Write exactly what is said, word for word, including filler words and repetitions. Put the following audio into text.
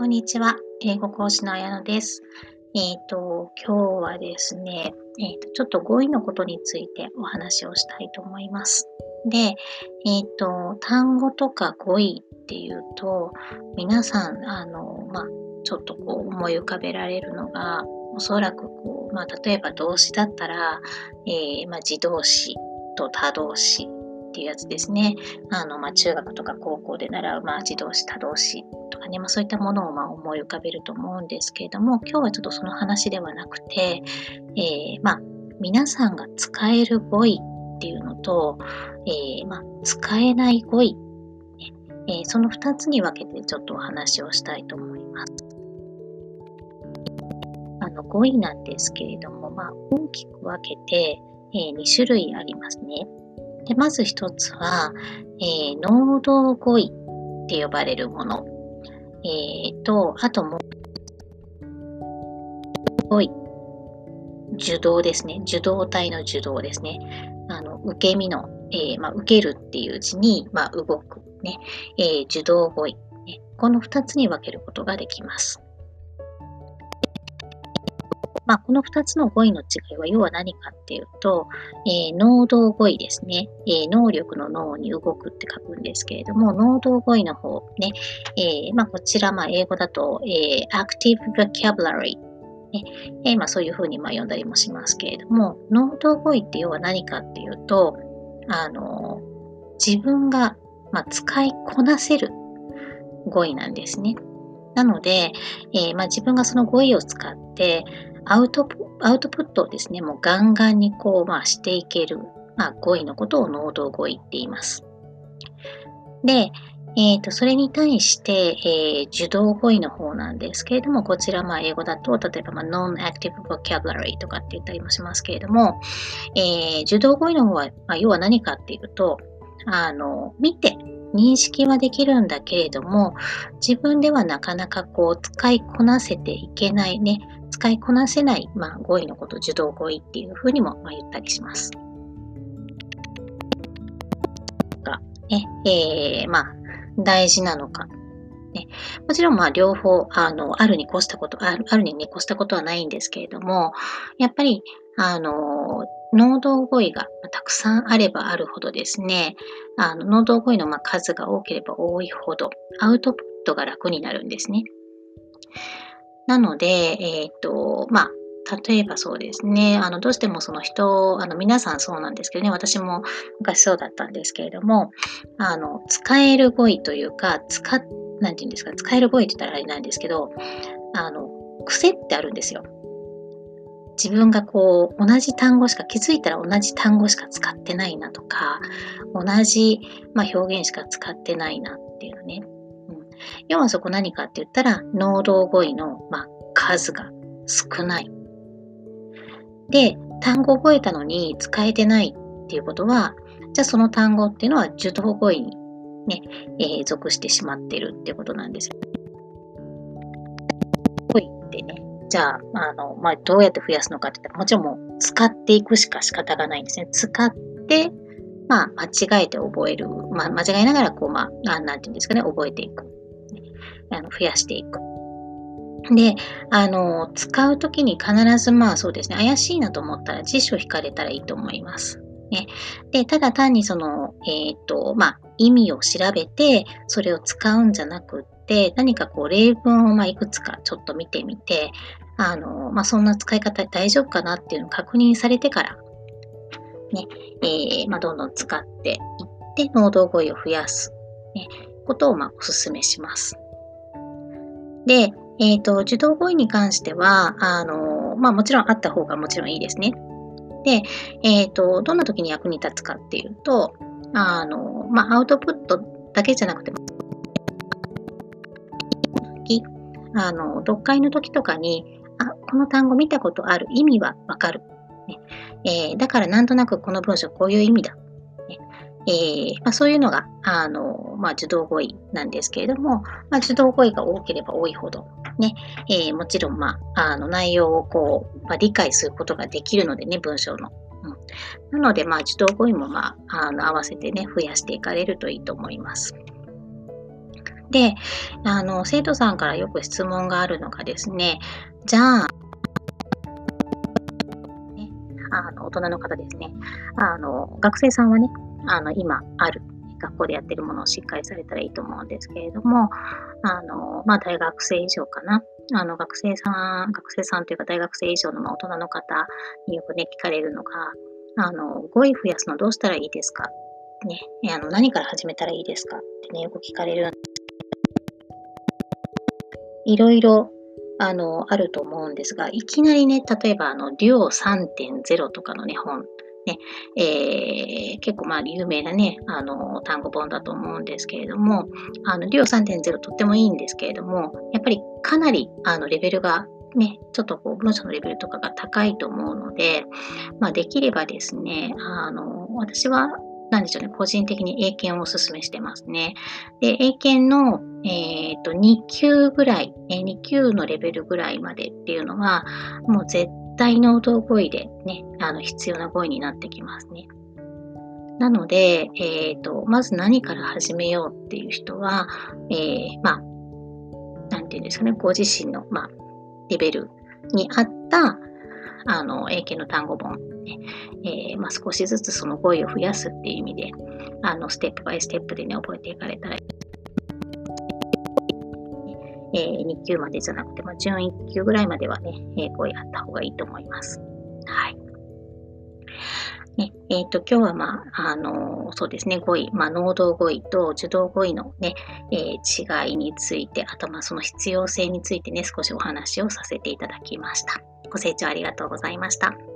こんにちは。英語講師の綾乃です。えっ、と、今日はですね、えっ、と、ちょっと語彙のことについてお話をしたいと思います。で、えっ、と、単語とか語彙っていうと、皆さん、あの、まあ、ちょっとこう思い浮かべられるのが、おそらくこう、まあ、例えば動詞だったら、えーまあ、自動詞と他動詞っていうやつですね。あの、まあ、中学とか高校で習う、まあ、自動詞、他動詞とかね、まあ、そういったものをまあ思い浮かべると思うんですけれども、今日はちょっとその話ではなくて、えー、まあ、皆さんが使える語彙っていうのと、えー、まあ、使えない語彙、ねえー、そのふたつに分けてちょっとお話をしたいと思います。あの語彙なんですけれども、まあ、大きく分けて、えー、に種類ありますね。でまず一つは、えー、能動語彙って呼ばれるもの。えー、と、あともう語彙。受動ですね。受動体の受動ですね。あの、受け身の、えーまあ、受けるっていう字に、まあ、動く、ねえー、受動語彙、ね。この二つに分けることができます。まあ、このふたつの語彙の違いは要は何かっていうと、えー、能動語彙ですね、えー、能力の脳に動くって書くんですけれども、能動語彙の方ね、えーまあ、こちら、まあ、英語だと、えー、active vocabulary、ねえーまあ、そういうふうにまあ読んだりもしますけれども、能動語彙って要は何かっていうと、あの自分が、まあ、使いこなせる語彙なんですね。なので、えーまあ、自分がその語彙を使ってアウトプアウトプットをですね、もうガンガンにこう、まあ、していける、まあ、語彙のことを能動語彙って言います。で、えーと、それに対して、えー、受動語彙の方なんですけれども、こちら、まあ、英語だと、例えば、まあ、non-active vocabulary とかって言ったりもしますけれども、えー、受動語彙の方は、まあ、要は何かっていうと、あの、見て、認識はできるんだけれども、自分ではなかなかこう、使いこなせていけないね、使いこなせない、まあ、語彙のこと、受動語彙っていうふうにも、まあ、言ったりします。が、ね、えー、まあ、大事なのか。ね、もちろん、まあ、両方、あの、あるに越したこと、あるあるにね、越したことはないんですけれども、やっぱり、あの、能動語彙がたくさんあればあるほどですね、あの能動語彙のまあ数が多ければ多いほど、アウトプットが楽になるんですね。なので、えっと、まあ、例えばそうですね、あの、どうしてもその人、あの、皆さんそうなんですけどね、私も昔そうだったんですけれども、あの、使える語彙というか、使っ、なんていうんですか、使える語彙って言ったらあれなんですけど、あの、癖ってあるんですよ。自分がこう、同じ単語しか、気づいたら同じ単語しか使ってないなとか、同じ、まあ、表現しか使ってないなっていうのね。うん、要はそこ何かって言ったら、能動語彙の、まあ、数が少ない。で、単語を覚えたのに使えてないっていうことは、じゃあその単語っていうのは受動語彙にね、えー、属してしまってるっていうことなんですよ。語彙ってね、じゃあ、あの、まあ、どうやって増やすのかって言ったら、もちろんもう使っていくしか仕方がないんですね。使って、まあ、間違えて覚える。まあ、間違いながら、こう、まあ、なんていうんですかね、覚えていく。あの増やしていく。で、あの、使うときに必ず、まあそうですね、怪しいなと思ったら辞書引かれたらいいと思います。ね。で、ただ単にその、えっと、まあ、意味を調べて、それを使うんじゃなくって、何かこう、例文をまあいくつかちょっと見てみて、あの、まあ、そんな使い方大丈夫かなっていうのを確認されてから、ね、えー、まあ、どんどん使っていって、能動語彙を増やす、ね、ことをまあお勧めします。で、えっと、受動語彙に関しては、あの、まあ、もちろんあった方がもちろんいいですね。で、えっと、どんな時に役に立つかっていうと、あの、まあ、アウトプットだけじゃなくて、あの、読解の時とかに、あ、この単語見たことある、意味はわかる。ねえーだからなんとなくこの文章こういう意味だ。ねえーまあ、そういうのが、あの、まあ、受動語彙なんですけれども、まあ、受動語彙が多ければ多いほど、ね、えーもちろん、まあ、あの、内容をこう、まあ、理解することができるのでね、文章の。うん、なので、まあ、受動語彙も、まあ、あの、合わせてね、増やしていかれるといいと思います。 で、あの、生徒さんからよく質問があるのがですね、じゃあ、ね、あの、大人の方ですね、あの、学生さんはね、あの、今ある学校でやってるものをしっかりされたらいいと思うんですけれども、あの、まあ、大学生以上かな。あの、学生さん学生さんというか大学生以上の、ま、大人の方によくね、聞かれるのが、あの、語彙増やすのどうしたらいいですか？ね、え、あの、何から始めたらいいですかってね、よく聞かれるいろいろ、あの、あると思うんですが、いきなりね、例えば、あの、デュオさんてんゼロとかのね、本、ね、えー、結構、まあ、有名なね、あの、単語本だと思うんですけれども、あの、デュオさんてんゼロとってもいいんですけれども、やっぱりかなり、あの、レベルがね、ちょっとこう、文章のレベルとかが高いと思うので、まあ、できればですね、あの、私は、なんでしょうね、個人的に英検をお勧めしてますね。で、英検の、えっと、に級ぐらい、えー、に級のレベルぐらいまでっていうのは、もう絶対能動語彙でね、あの、必要な語彙になってきますね。なので、えっと、まず何から始めようっていう人は、えー、まあ、なんていうんですかね、ご自身の、まあ、レベルに合った、あの、英検の単語本、ね、えー、まあ、少しずつその語彙を増やすっていう意味で、あの、ステップバイステップでね、覚えていかれたらえー、に級までじゃなくて、まあ、準いっ級ぐらいまではね、えー、語彙あった方がいいと思います。はい。ね、えっ、と、今日はまあ、あのーそうですね、語彙、まあ、能動語彙と受動語彙のね、えー違いについて、あとまあ、その必要性についてね、少しお話をさせていただきました。ご清聴ありがとうございました。